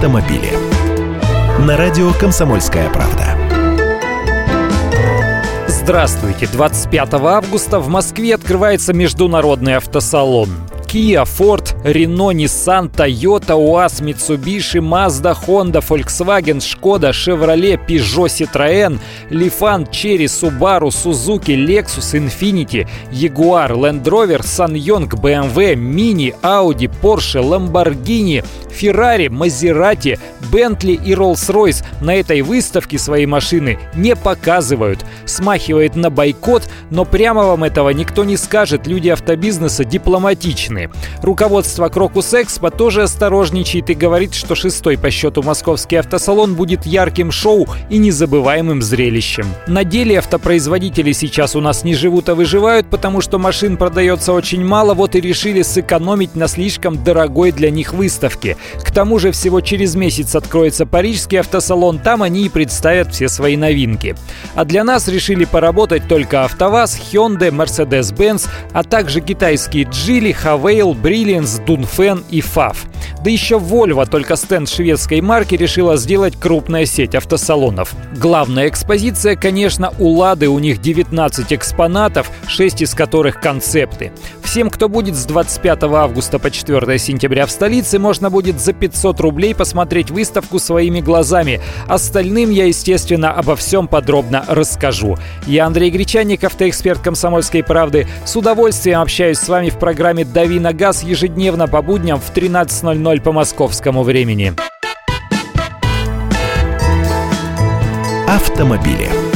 автомобили. На радио «Комсомольская правда». Здравствуйте! 25 августа в Москве открывается международный автосалон. Kia, Ford, Renault, Nissan, Toyota, УАЗ, Mitsubishi, Mazda, Honda, Volkswagen, Skoda, Chevrolet, Peugeot, Citroën, Lifan, Chery, Subaru, Suzuki, Lexus, Infiniti, Jaguar, Land Rover, SsangYong, BMW, Mini, Audi, Porsche, Lamborghini, Ferrari, Maserati, Bentley и Rolls-Royce на этой выставке свои машины не показывают. Смахивает на бойкот, но прямо вам этого никто не скажет, люди автобизнеса дипломатичны. Руководство Крокус Экспо тоже осторожничает и говорит, что 6-й по счету московский автосалон будет ярким шоу и незабываемым зрелищем. На деле автопроизводители сейчас у нас не живут, а выживают, потому что машин продается очень мало, вот и решили сэкономить на слишком дорогой для них выставке. К тому же всего через месяц откроется парижский автосалон, там они и представят все свои новинки. А для нас решили поработать только АвтоВАЗ, Hyundai, Mercedes-Benz, а также китайские Geely, Havail, Brilliance, Dongfeng и FAV. Да еще Volvo, только стенд шведской марки, решила сделать крупная сеть автосалонов. Главная экспозиция, конечно, у Лады, у них 19 экспонатов, 6 из которых концепты. Всем, кто будет с 25 августа по 4 сентября в столице, можно будет за 500 рублей посмотреть выставку своими глазами. Остальным я, естественно, обо всем подробно расскажу. Я Андрей Гречанник, автоэксперт «Комсомольской правды». С удовольствием общаюсь с вами в программе «Дави на газ» ежедневно по будням в 13:00 по московскому времени. Автомобили.